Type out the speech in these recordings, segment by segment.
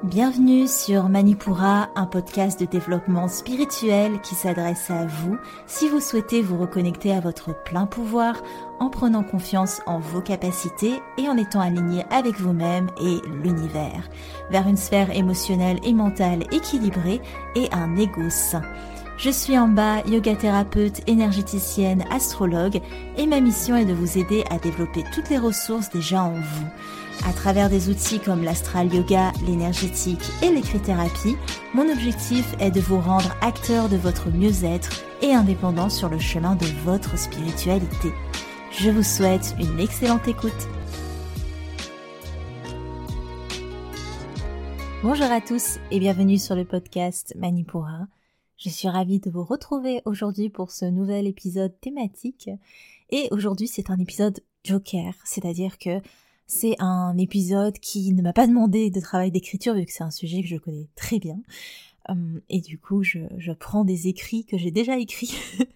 Bienvenue sur Manipura, un podcast de développement spirituel qui s'adresse à vous si vous souhaitez vous reconnecter à votre plein pouvoir en prenant confiance en vos capacités et en étant aligné avec vous-même et l'univers, vers une sphère émotionnelle et mentale équilibrée et un ego sain. Je suis Amba, yoga thérapeute, énergéticienne, astrologue et ma mission est de vous aider à développer toutes les ressources déjà en vous. À travers des outils comme l'astral yoga, l'énergétique et l'écrit-thérapie, mon objectif est de vous rendre acteur de votre mieux-être et indépendant sur le chemin de votre spiritualité. Je vous souhaite une excellente écoute. Bonjour à tous et bienvenue sur le podcast Manipura. Je suis ravie de vous retrouver aujourd'hui pour ce nouvel épisode thématique. Et aujourd'hui, c'est un épisode joker, c'est-à-dire que c'est un épisode qui ne m'a pas demandé de travail d'écriture vu que c'est un sujet que je connais très bien. Et du coup, je prends des écrits que j'ai déjà écrits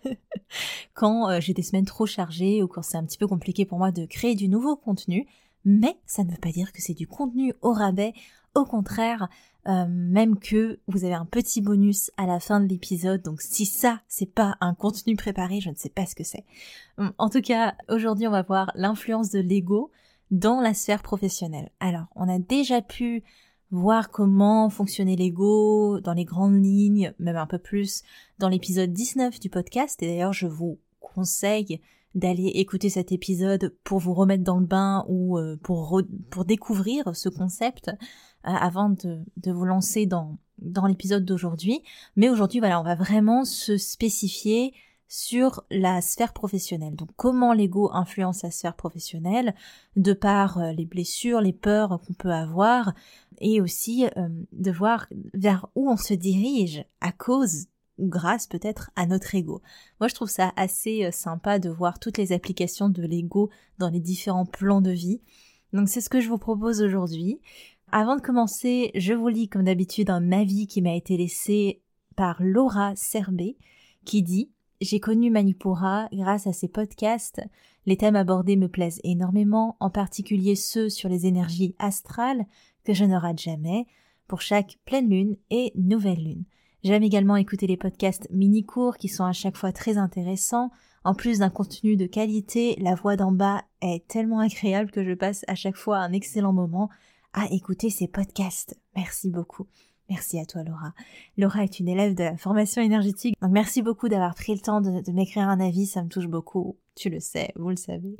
quand j'ai des semaines trop chargées ou quand c'est un petit peu compliqué pour moi de créer du nouveau contenu. Mais ça ne veut pas dire que c'est du contenu au rabais. Au contraire, même que vous avez un petit bonus à la fin de l'épisode. Donc si ça, c'est pas un contenu préparé, je ne sais pas ce que c'est. En tout cas, aujourd'hui, on va voir l'influence de l'ego dans la sphère professionnelle. Alors, on a déjà pu voir comment fonctionnait l'ego dans les grandes lignes, même un peu plus dans l'épisode 19 du podcast. Et d'ailleurs, je vous conseille d'aller écouter cet épisode pour vous remettre dans le bain ou pour découvrir ce concept avant de vous lancer dans l'épisode d'aujourd'hui. Mais aujourd'hui, voilà, on va vraiment se spécifier sur la sphère professionnelle. Donc comment l'ego influence la sphère professionnelle de par les blessures, les peurs qu'on peut avoir et aussi de voir vers où on se dirige à cause ou grâce peut-être à notre ego. Moi je trouve ça assez sympa de voir toutes les applications de l'ego dans les différents plans de vie. Donc c'est ce que je vous propose aujourd'hui. Avant de commencer, je vous lis comme d'habitude un avis qui m'a été laissé par Laura Serbet qui dit: j'ai connu Manipura grâce à ces podcasts. Les thèmes abordés me plaisent énormément, en particulier ceux sur les énergies astrales que je ne rate jamais pour chaque pleine lune et nouvelle lune. J'aime également écouter les podcasts mini-courts qui sont à chaque fois très intéressants. En plus d'un contenu de qualité, la voix d'en bas est tellement agréable que je passe à chaque fois un excellent moment à écouter ces podcasts. Merci beaucoup. Merci à toi Laura. Laura est une élève de la formation énergétique, donc merci beaucoup d'avoir pris le temps de m'écrire un avis, ça me touche beaucoup, tu le sais, vous le savez.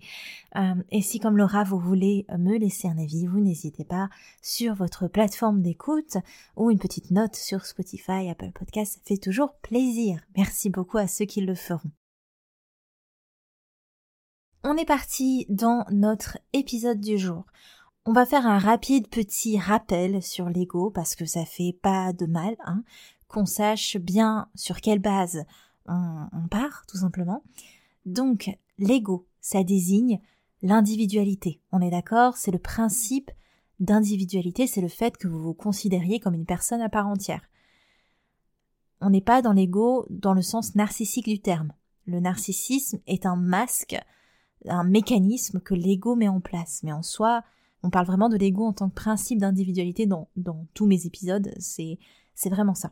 Et si comme Laura vous voulez me laisser un avis, vous n'hésitez pas sur votre plateforme d'écoute ou une petite note sur Spotify, Apple Podcast, ça fait toujours plaisir. Merci beaucoup à ceux qui le feront. On est parti dans notre épisode du jour. On va faire un rapide petit rappel sur l'ego parce que ça fait pas de mal, qu'on sache bien sur quelle base on part, tout simplement. Donc, l'ego, ça désigne l'individualité. On est d'accord, c'est le principe d'individualité, c'est le fait que vous vous considériez comme une personne à part entière. On n'est pas dans l'ego dans le sens narcissique du terme. Le narcissisme est un masque, un mécanisme que l'ego met en place, mais en soi, on parle vraiment de l'ego en tant que principe d'individualité dans tous mes épisodes, c'est vraiment ça.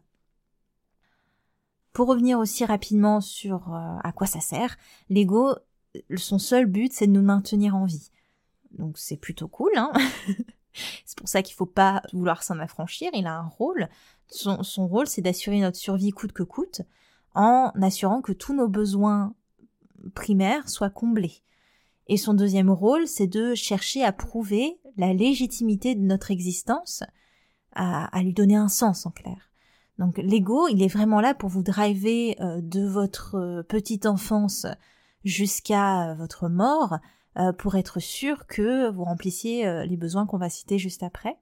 Pour revenir aussi rapidement sur à quoi ça sert, l'ego, son seul but, c'est de nous maintenir en vie. Donc c'est plutôt cool, C'est pour ça qu'il faut pas vouloir s'en affranchir, il a un rôle. Son rôle, c'est d'assurer notre survie coûte que coûte, en assurant que tous nos besoins primaires soient comblés. Et son deuxième rôle, c'est de chercher à prouver la légitimité de notre existence, à lui donner un sens en clair. Donc l'ego, il est vraiment là pour vous driver de votre petite enfance jusqu'à votre mort, pour être sûr que vous remplissiez les besoins qu'on va citer juste après.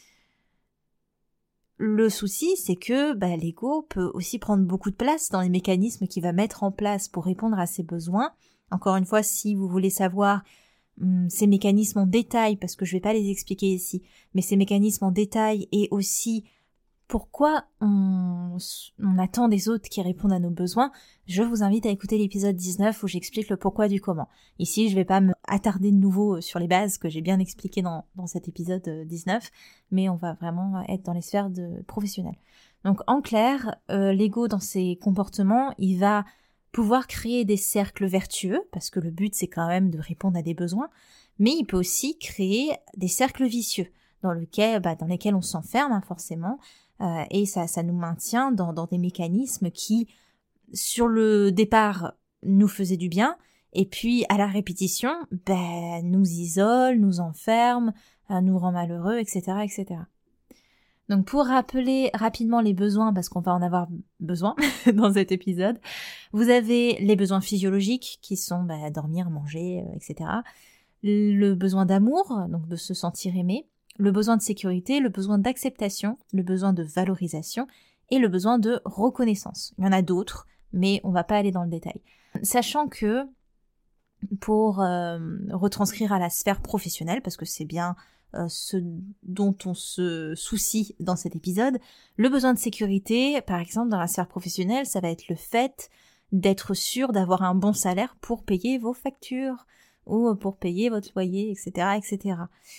Le souci, c'est que l'ego peut aussi prendre beaucoup de place dans les mécanismes qu'il va mettre en place pour répondre à ses besoins. Encore une fois, si vous voulez savoir ces mécanismes en détail, parce que je ne vais pas les expliquer ici, mais ces mécanismes en détail et aussi Pourquoi on attend des autres qui répondent à nos besoins? Je vous invite à écouter l'épisode 19 où j'explique le pourquoi du comment. Ici, je vais pas me attarder de nouveau sur les bases que j'ai bien expliquées dans cet épisode 19, mais on va vraiment être dans les sphères professionnelles. Donc en clair, l'ego dans ses comportements, il va pouvoir créer des cercles vertueux, parce que le but c'est quand même de répondre à des besoins, mais il peut aussi créer des cercles vicieux, dans lesquels on s'enferme forcément, et ça nous maintient dans des mécanismes qui, sur le départ, nous faisaient du bien, et puis à la répétition, nous isolent, nous enferment, nous rend malheureux, etc., etc. Donc pour rappeler rapidement les besoins, parce qu'on va en avoir besoin dans cet épisode, vous avez les besoins physiologiques qui sont dormir, manger, etc. Le besoin d'amour, donc de se sentir aimé, le besoin de sécurité, le besoin d'acceptation, le besoin de valorisation et le besoin de reconnaissance. Il y en a d'autres, mais on va pas aller dans le détail. Sachant que pour retranscrire à la sphère professionnelle, parce que c'est bien ce dont on se soucie dans cet épisode, le besoin de sécurité, par exemple dans la sphère professionnelle, ça va être le fait d'être sûr d'avoir un bon salaire pour payer vos factures ou pour payer votre loyer, etc., etc.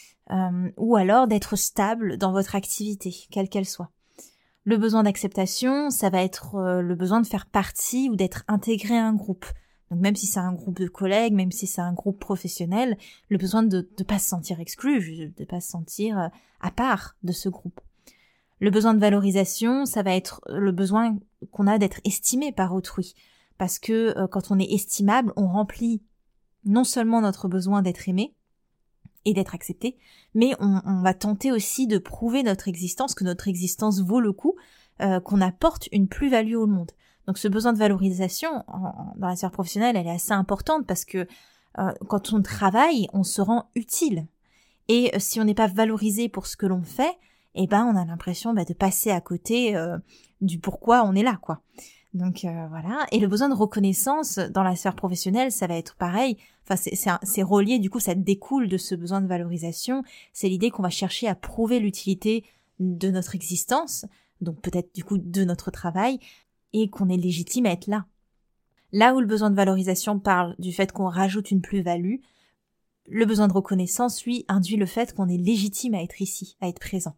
Ou alors d'être stable dans votre activité, quelle qu'elle soit. Le besoin d'acceptation, ça va être le besoin de faire partie ou d'être intégré à un groupe. Donc même si c'est un groupe de collègues, même si c'est un groupe professionnel, le besoin de ne pas se sentir exclu, de pas se sentir à part de ce groupe. Le besoin de valorisation, ça va être le besoin qu'on a d'être estimé par autrui. Parce que quand on est estimable, on remplit non seulement notre besoin d'être aimé et d'être accepté, mais on va tenter aussi de prouver notre existence, que notre existence vaut le coup, qu'on apporte une plus-value au monde. Donc ce besoin de valorisation dans la sphère professionnelle, elle est assez importante parce que quand on travaille, on se rend utile. Et si on n'est pas valorisé pour ce que l'on fait, on a l'impression de passer à côté du pourquoi on est là, quoi. Donc voilà. Et le besoin de reconnaissance dans la sphère professionnelle, ça va être pareil. Enfin, c'est relié, du coup, ça découle de ce besoin de valorisation. C'est l'idée qu'on va chercher à prouver l'utilité de notre existence, donc peut-être du coup de notre travail, et qu'on est légitime à être là. Là où le besoin de valorisation parle du fait qu'on rajoute une plus-value, le besoin de reconnaissance, lui, induit le fait qu'on est légitime à être ici, à être présent.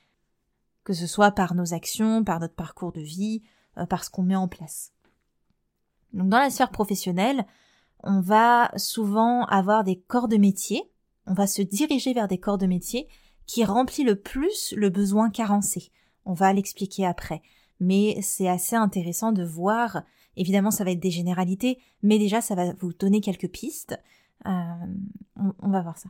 Que ce soit par nos actions, par notre parcours de vie, par ce qu'on met en place. Donc dans la sphère professionnelle, on va souvent avoir des corps de métier, on va se diriger vers des corps de métier qui remplissent le plus le besoin carencé. On va l'expliquer après. Mais c'est assez intéressant de voir, évidemment ça va être des généralités, mais déjà ça va vous donner quelques pistes. On va voir ça.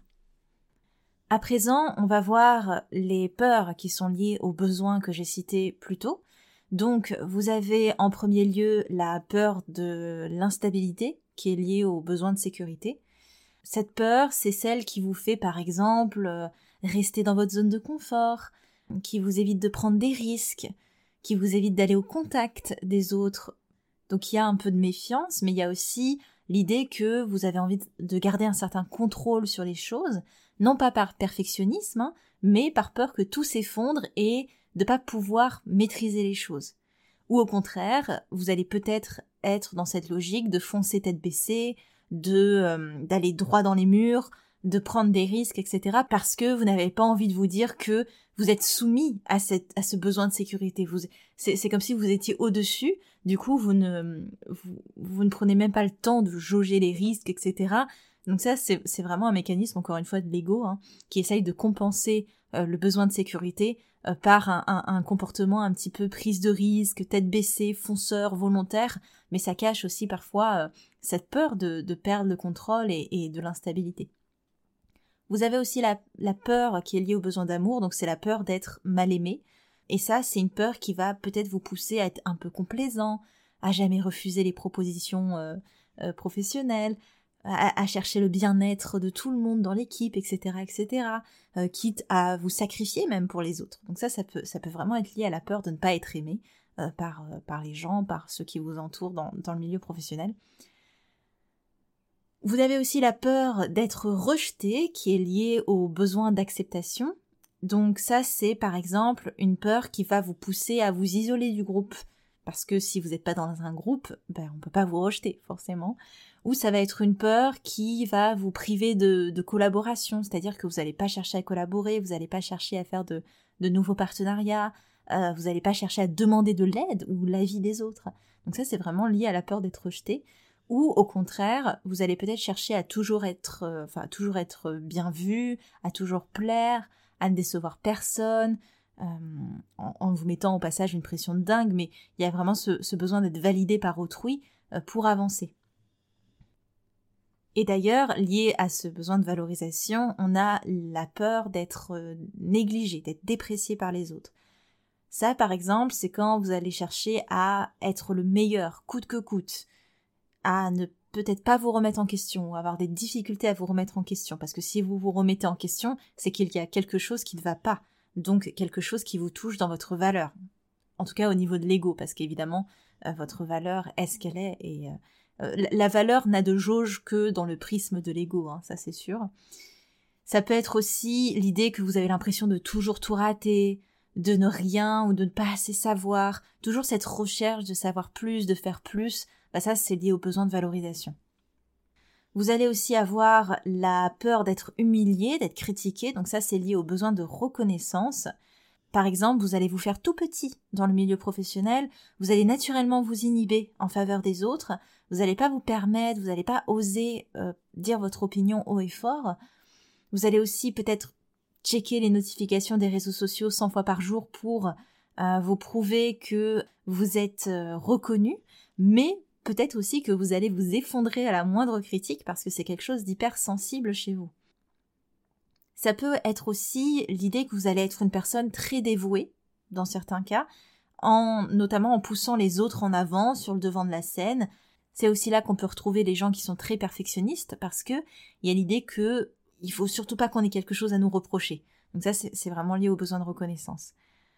À présent, on va voir les peurs qui sont liées aux besoins que j'ai cités plus tôt. Donc vous avez en premier lieu la peur de l'instabilité qui est liée aux besoins de sécurité. Cette peur, c'est celle qui vous fait par exemple rester dans votre zone de confort, qui vous évite de prendre des risques, qui vous évite d'aller au contact des autres. Donc il y a un peu de méfiance, mais il y a aussi l'idée que vous avez envie de garder un certain contrôle sur les choses, non pas par perfectionnisme, mais par peur que tout s'effondre et de pas pouvoir maîtriser les choses. Ou au contraire, vous allez peut-être être dans cette logique de foncer tête baissée, d'aller droit dans les murs, de prendre des risques, etc. parce que vous n'avez pas envie de vous dire que vous êtes soumis à ce besoin de sécurité. C'est comme si vous étiez au-dessus, du coup vous ne prenez même pas le temps de jauger les risques, etc. Donc ça, c'est vraiment un mécanisme, encore une fois, de l'ego, qui essaye de compenser le besoin de sécurité par un comportement un petit peu prise de risque, tête baissée, fonceur, volontaire, mais ça cache aussi parfois cette peur de perdre le contrôle et de l'instabilité. Vous avez aussi la peur qui est liée au besoin d'amour, donc c'est la peur d'être mal aimé, et ça c'est une peur qui va peut-être vous pousser à être un peu complaisant, à jamais refuser les propositions professionnelles, à chercher le bien-être de tout le monde dans l'équipe, etc., etc., quitte à vous sacrifier même pour les autres. Donc ça peut vraiment être lié à la peur de ne pas être aimé par les gens, par ceux qui vous entourent dans le milieu professionnel. Vous avez aussi la peur d'être rejeté, qui est liée au besoin d'acceptation, Donc ça, c'est par exemple une peur qui va vous pousser à vous isoler du groupe. Parce que si vous n'êtes pas dans un groupe, on ne peut pas vous rejeter, forcément. Ou ça va être une peur qui va vous priver de collaboration, c'est-à-dire que vous n'allez pas chercher à collaborer, vous n'allez pas chercher à faire de nouveaux partenariats, vous n'allez pas chercher à demander de l'aide ou l'avis des autres. Donc ça, c'est vraiment lié à la peur d'être rejeté. Ou au contraire, vous allez peut-être chercher à toujours être bien vu, à toujours plaire, à ne décevoir personne, en vous mettant au passage une pression de dingue, mais il y a vraiment ce besoin d'être validé par autrui pour avancer. Et d'ailleurs, lié à ce besoin de valorisation, on a la peur d'être négligé, d'être déprécié par les autres. Ça, par exemple, c'est quand vous allez chercher à être le meilleur, coûte que coûte, à ne peut-être pas vous remettre en question, ou avoir des difficultés à vous remettre en question, parce que si vous vous remettez en question, c'est qu'il y a quelque chose qui ne va pas, donc quelque chose qui vous touche dans votre valeur, en tout cas au niveau de l'ego, parce qu'évidemment, votre valeur est ce qu'elle est, et la valeur n'a de jauge que dans le prisme de l'ego, ça c'est sûr. Ça peut être aussi l'idée que vous avez l'impression de toujours tout rater, de ne rien ou de ne pas assez savoir, toujours cette recherche de savoir plus, de faire plus, ça c'est lié au besoin de valorisation. Vous allez aussi avoir la peur d'être humilié, d'être critiqué, donc ça c'est lié au besoin de reconnaissance. Par exemple, vous allez vous faire tout petit dans le milieu professionnel, vous allez naturellement vous inhiber en faveur des autres, vous n'allez pas vous permettre, vous n'allez pas oser dire votre opinion haut et fort. Vous allez aussi peut-être checker les notifications des réseaux sociaux 100 fois par jour pour vous prouver que vous êtes reconnu, mais peut-être aussi que vous allez vous effondrer à la moindre critique parce que c'est quelque chose d'hyper sensible chez vous. Ça peut être aussi l'idée que vous allez être une personne très dévouée, dans certains cas, notamment en poussant les autres en avant sur le devant de la scène. C'est aussi là qu'on peut retrouver les gens qui sont très perfectionnistes parce que il y a l'idée que il faut surtout pas qu'on ait quelque chose à nous reprocher. Donc ça, c'est vraiment lié au besoin de reconnaissance.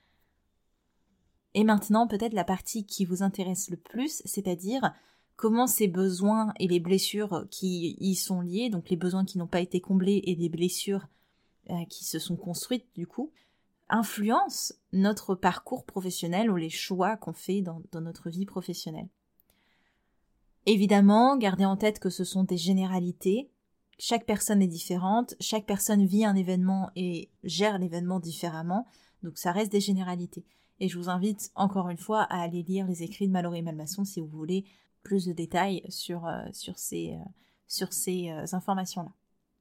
Et maintenant, peut-être la partie qui vous intéresse le plus, c'est-à-dire comment ces besoins et les blessures qui y sont liés, donc les besoins qui n'ont pas été comblés et les blessures qui se sont construites du coup, influencent notre parcours professionnel ou les choix qu'on fait dans notre vie professionnelle. Évidemment, gardez en tête que ce sont des généralités. Chaque personne est différente, chaque personne vit un événement et gère l'événement différemment, donc ça reste des généralités. Et je vous invite encore une fois à aller lire les écrits de Mallory Malmasson si vous voulez plus de détails sur ces informations-là.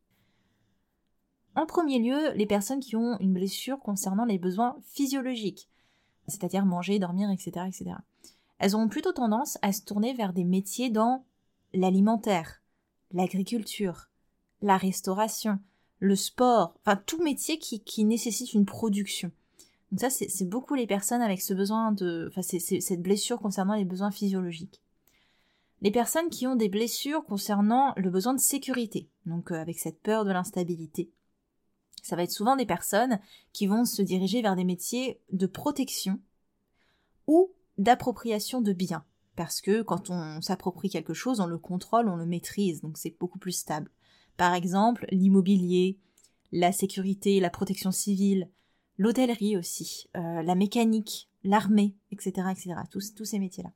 En premier lieu, les personnes qui ont une blessure concernant les besoins physiologiques, c'est-à-dire manger, dormir, etc., etc. Elles ont plutôt tendance à se tourner vers des métiers dans l'alimentaire, l'agriculture, la restauration, le sport, enfin tout métier qui nécessite une production. Donc ça, c'est beaucoup les personnes avec ce besoin c'est cette blessure concernant les besoins physiologiques. Les personnes qui ont des blessures concernant le besoin de sécurité, donc avec cette peur de l'instabilité. Ça va être souvent des personnes qui vont se diriger vers des métiers de protection ou d'appropriation de biens. Parce que quand on s'approprie quelque chose, on le contrôle, on le maîtrise, donc c'est beaucoup plus stable. Par exemple, l'immobilier, la sécurité, la protection civile, l'hôtellerie aussi, la mécanique, l'armée, etc., etc., tous ces métiers-là.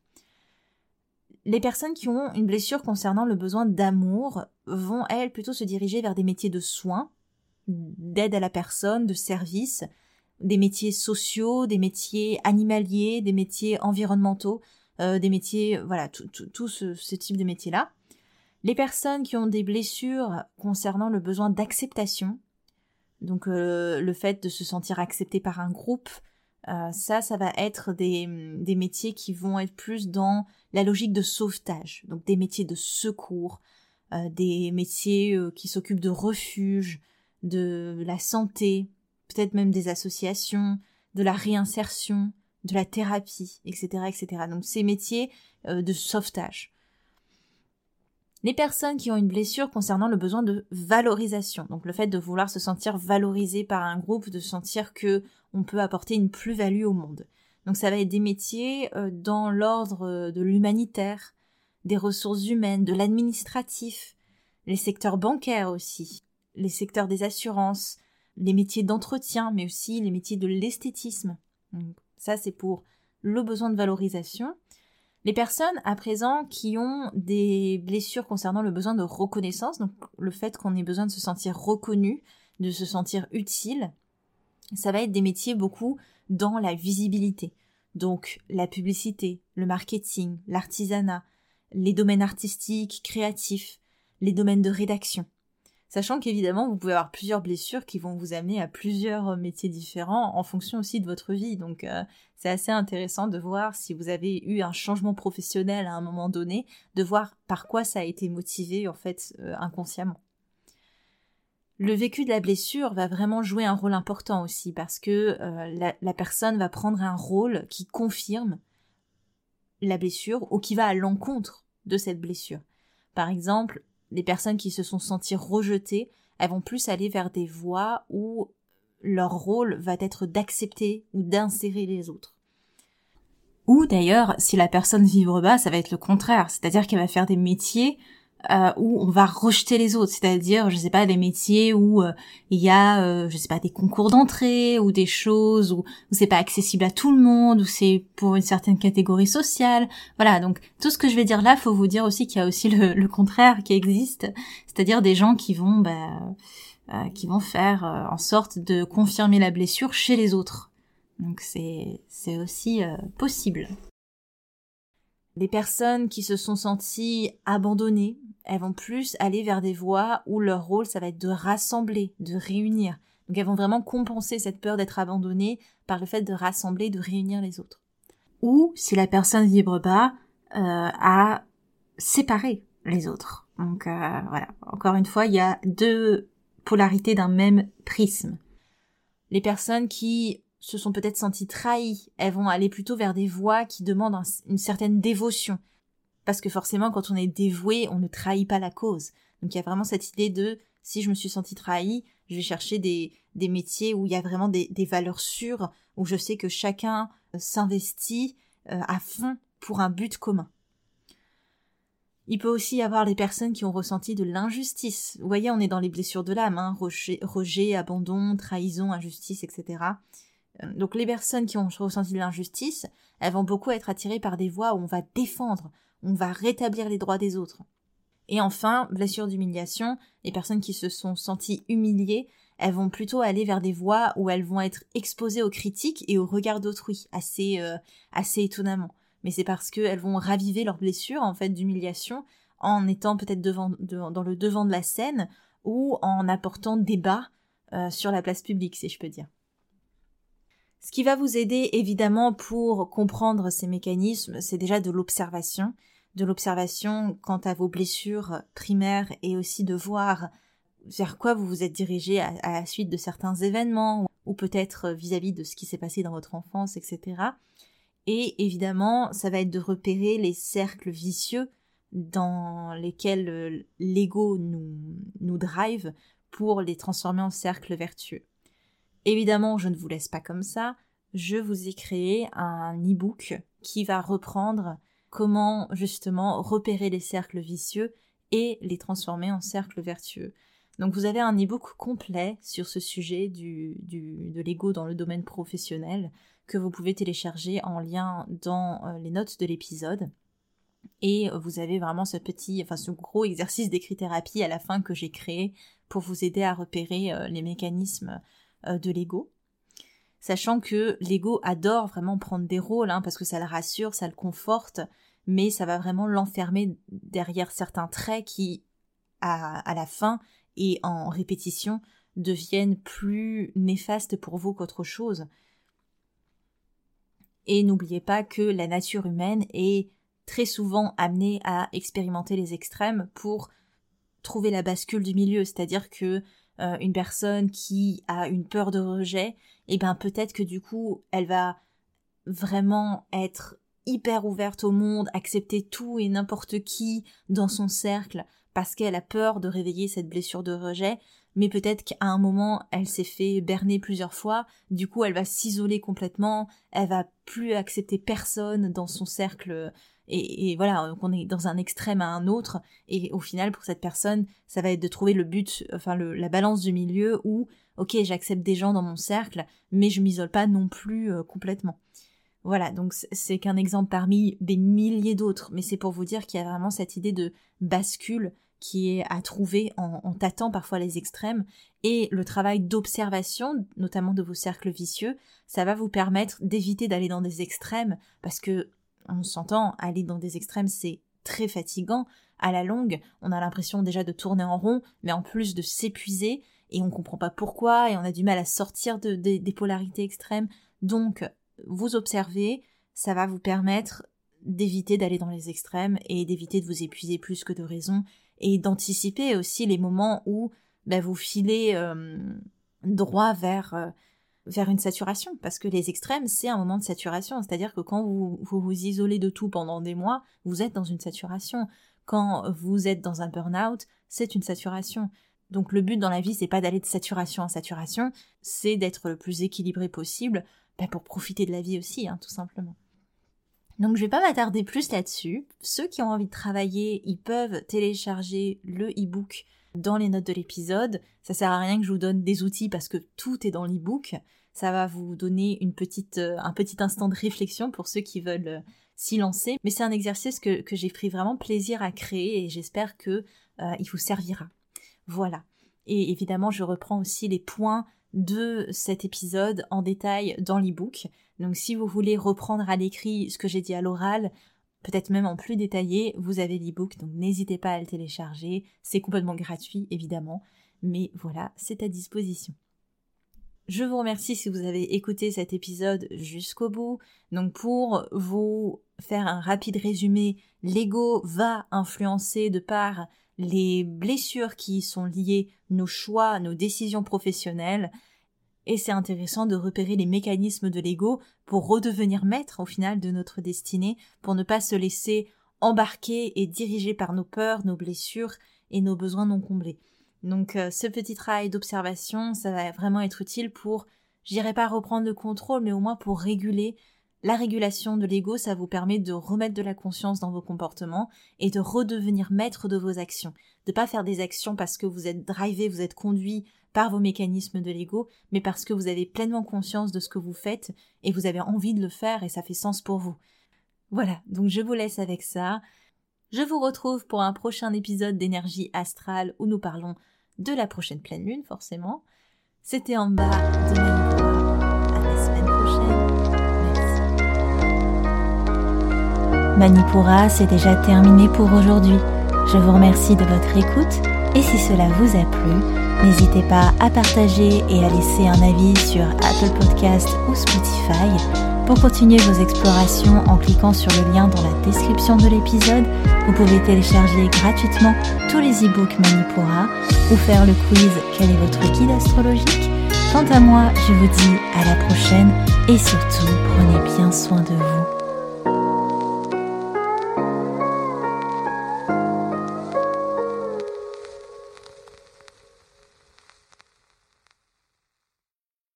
Les personnes qui ont une blessure concernant le besoin d'amour vont, elles, plutôt se diriger vers des métiers de soins, d'aide à la personne, de service, des métiers sociaux, des métiers animaliers, des métiers environnementaux, des métiers, voilà, tout ce type de métiers-là. Les personnes qui ont des blessures concernant le besoin d'acceptation, donc le fait de se sentir accepté par un groupe, ça va être des métiers qui vont être plus dans la logique de sauvetage, donc des métiers de secours, des métiers qui s'occupent de refuge, de la santé, peut-être même des associations, de la réinsertion, de la thérapie, etc., etc. Donc ces métiers de sauvetage. Les personnes qui ont une blessure concernant le besoin de valorisation, donc le fait de vouloir se sentir valorisé par un groupe, de sentir que on peut apporter une plus-value au monde. Donc ça va être des métiers dans l'ordre de l'humanitaire, des ressources humaines, de l'administratif, les secteurs bancaires aussi, les secteurs des assurances, les métiers d'entretien, mais aussi les métiers de l'esthétisme. Donc, ça, c'est pour le besoin de valorisation. Les personnes, à présent, qui ont des blessures concernant le besoin de reconnaissance, donc le fait qu'on ait besoin de se sentir reconnu, de se sentir utile, ça va être des métiers beaucoup dans la visibilité. Donc, la publicité, le marketing, l'artisanat, les domaines artistiques, créatifs, les domaines de rédaction. Sachant qu'évidemment, vous pouvez avoir plusieurs blessures qui vont vous amener à plusieurs métiers différents en fonction aussi de votre vie. Donc, c'est assez intéressant de voir si vous avez eu un changement professionnel à un moment donné, de voir par quoi ça a été motivé, en fait, inconsciemment. Le vécu de la blessure va vraiment jouer un rôle important aussi parce que la personne va prendre un rôle qui confirme la blessure ou qui va à l'encontre de cette blessure. Par exemple, les personnes qui se sont senties rejetées, elles vont plus aller vers des voies où leur rôle va être d'accepter ou d'insérer les autres. Ou d'ailleurs, si la personne vibre bas, ça va être le contraire, c'est-à-dire qu'elle va faire des métiers où on va rejeter les autres, c'est-à-dire, je sais pas, des métiers où il y a, je sais pas, des concours d'entrée ou des choses où c'est pas accessible à tout le monde, où c'est pour une certaine catégorie sociale. Voilà, donc tout ce que je vais dire là, faut vous dire aussi qu'il y a aussi le contraire qui existe, c'est-à-dire des gens qui vont faire en sorte de confirmer la blessure chez les autres. Donc c'est aussi possible. Les personnes qui se sont senties abandonnées, elles vont plus aller vers des voies où leur rôle, ça va être de rassembler, de réunir. Donc elles vont vraiment compenser cette peur d'être abandonnées par le fait de rassembler, de réunir les autres. Ou, si la personne vibre bas, à séparer les autres. Donc voilà, encore une fois, il y a deux polarités d'un même prisme. Les personnes qui se sont peut-être senties trahies, elles vont aller plutôt vers des voies qui demandent une certaine dévotion. Parce que forcément, quand on est dévoué, on ne trahit pas la cause. Donc il y a vraiment cette idée de, si je me suis sentie trahie, je vais chercher des métiers où il y a vraiment des valeurs sûres, où je sais que chacun s'investit à fond pour un but commun. Il peut aussi y avoir les personnes qui ont ressenti de l'injustice. Vous voyez, on est dans les blessures de l'âme, hein, rejet, abandon, trahison, injustice, etc. Donc les personnes qui ont ressenti de l'injustice, elles vont beaucoup être attirées par des voies où on va défendre, on va rétablir les droits des autres. Et enfin, blessure d'humiliation, les personnes qui se sont senties humiliées, elles vont plutôt aller vers des voies où elles vont être exposées aux critiques et au regard d'autrui, assez étonnamment. Mais c'est parce qu'elles vont raviver leur blessure en fait d'humiliation en étant peut-être dans le devant de la scène ou en apportant débat sur la place publique, si je peux dire. Ce qui va vous aider évidemment pour comprendre ces mécanismes, c'est déjà de l'observation quant à vos blessures primaires et aussi de voir vers quoi vous vous êtes dirigé à la suite de certains événements ou peut-être vis-à-vis de ce qui s'est passé dans votre enfance, etc. Et évidemment, ça va être de repérer les cercles vicieux dans lesquels l'ego nous drive pour les transformer en cercles vertueux. Évidemment, je ne vous laisse pas comme ça. Je vous ai créé un e-book qui va reprendre comment justement repérer les cercles vicieux et les transformer en cercles vertueux. Donc vous avez un e-book complet sur ce sujet de l'ego dans le domaine professionnel que vous pouvez télécharger en lien dans les notes de l'épisode. Et vous avez vraiment ce gros exercice d'écrit-thérapie à la fin que j'ai créé pour vous aider à repérer les mécanismes de l'ego. Sachant que l'ego adore vraiment prendre des rôles, parce que ça le rassure, ça le conforte, mais ça va vraiment l'enfermer derrière certains traits qui, à la fin et en répétition, deviennent plus néfastes pour vous qu'autre chose. Et n'oubliez pas que la nature humaine est très souvent amenée à expérimenter les extrêmes pour trouver la bascule du milieu, c'est-à-dire que une personne qui a une peur de rejet, peut-être que du coup, elle va vraiment être hyper ouverte au monde, accepter tout et n'importe qui dans son cercle parce qu'elle a peur de réveiller cette blessure de rejet, mais peut-être qu'à un moment, elle s'est fait berner plusieurs fois, du coup, elle va s'isoler complètement, elle va plus accepter personne dans son cercle, et voilà, on est dans un extrême à un autre, et au final, pour cette personne, ça va être de trouver le but, enfin la balance du milieu où, ok, j'accepte des gens dans mon cercle, mais je m'isole pas non plus complètement. Voilà, donc c'est qu'un exemple parmi des milliers d'autres, mais c'est pour vous dire qu'il y a vraiment cette idée de bascule qui est à trouver en tâtant parfois les extrêmes, et le travail d'observation, notamment de vos cercles vicieux, ça va vous permettre d'éviter d'aller dans des extrêmes, parce que, on s'entend, aller dans des extrêmes c'est très fatigant, à la longue, on a l'impression déjà de tourner en rond, mais en plus de s'épuiser, et on comprend pas pourquoi, et on a du mal à sortir des polarités extrêmes, donc vous observez, ça va vous permettre d'éviter d'aller dans les extrêmes et d'éviter de vous épuiser plus que de raison et d'anticiper aussi les moments où vous filez droit vers une saturation, parce que les extrêmes c'est un moment de saturation, c'est-à-dire que quand vous vous isolez de tout pendant des mois, vous êtes dans une saturation. Quand vous êtes dans un burn-out, c'est une saturation. Donc le but dans la vie c'est pas d'aller de saturation en saturation, c'est d'être le plus équilibré possible pour profiter de la vie aussi, tout simplement. Donc je vais pas m'attarder plus là-dessus. Ceux qui ont envie de travailler, ils peuvent télécharger le e-book dans les notes de l'épisode. Ça sert à rien que je vous donne des outils parce que tout est dans l'e-book. Ça va vous donner un petit instant de réflexion pour ceux qui veulent s'y lancer. Mais c'est un exercice que j'ai pris vraiment plaisir à créer et j'espère que il vous servira. Voilà. Et évidemment, je reprends aussi les points de cet épisode en détail dans l'e-book. Donc si vous voulez reprendre à l'écrit ce que j'ai dit à l'oral, peut-être même en plus détaillé, vous avez l'e-book, donc n'hésitez pas à le télécharger. C'est complètement gratuit, évidemment, mais voilà, c'est à disposition. Je vous remercie si vous avez écouté cet épisode jusqu'au bout. Donc pour vous faire un rapide résumé, l'ego va influencer de par les blessures qui sont liées, nos choix, nos décisions professionnelles, et c'est intéressant de repérer les mécanismes de l'ego pour redevenir maître au final de notre destinée, pour ne pas se laisser embarquer et diriger par nos peurs, nos blessures et nos besoins non comblés. Donc ce petit travail d'observation, ça va vraiment être utile pour, je dirais pas reprendre le contrôle, mais au moins pour réguler. La régulation de l'ego, ça vous permet de remettre de la conscience dans vos comportements et de redevenir maître de vos actions. De pas faire des actions parce que vous êtes drivé, vous êtes conduit par vos mécanismes de l'ego, mais parce que vous avez pleinement conscience de ce que vous faites et vous avez envie de le faire et ça fait sens pour vous. Voilà, donc je vous laisse avec ça. Je vous retrouve pour un prochain épisode d'énergie astrale où nous parlons de la prochaine pleine lune, forcément. C'était en bas de Manipura. À la semaine prochaine. Manipura, c'est déjà terminé pour aujourd'hui. Je vous remercie de votre écoute et si cela vous a plu, n'hésitez pas à partager et à laisser un avis sur Apple Podcast ou Spotify. Pour continuer vos explorations en cliquant sur le lien dans la description de l'épisode, vous pouvez télécharger gratuitement tous les e-books Manipura ou faire le quiz « Quel est votre guide astrologique ?» Quant à moi, je vous dis à la prochaine et surtout, prenez bien soin de vous.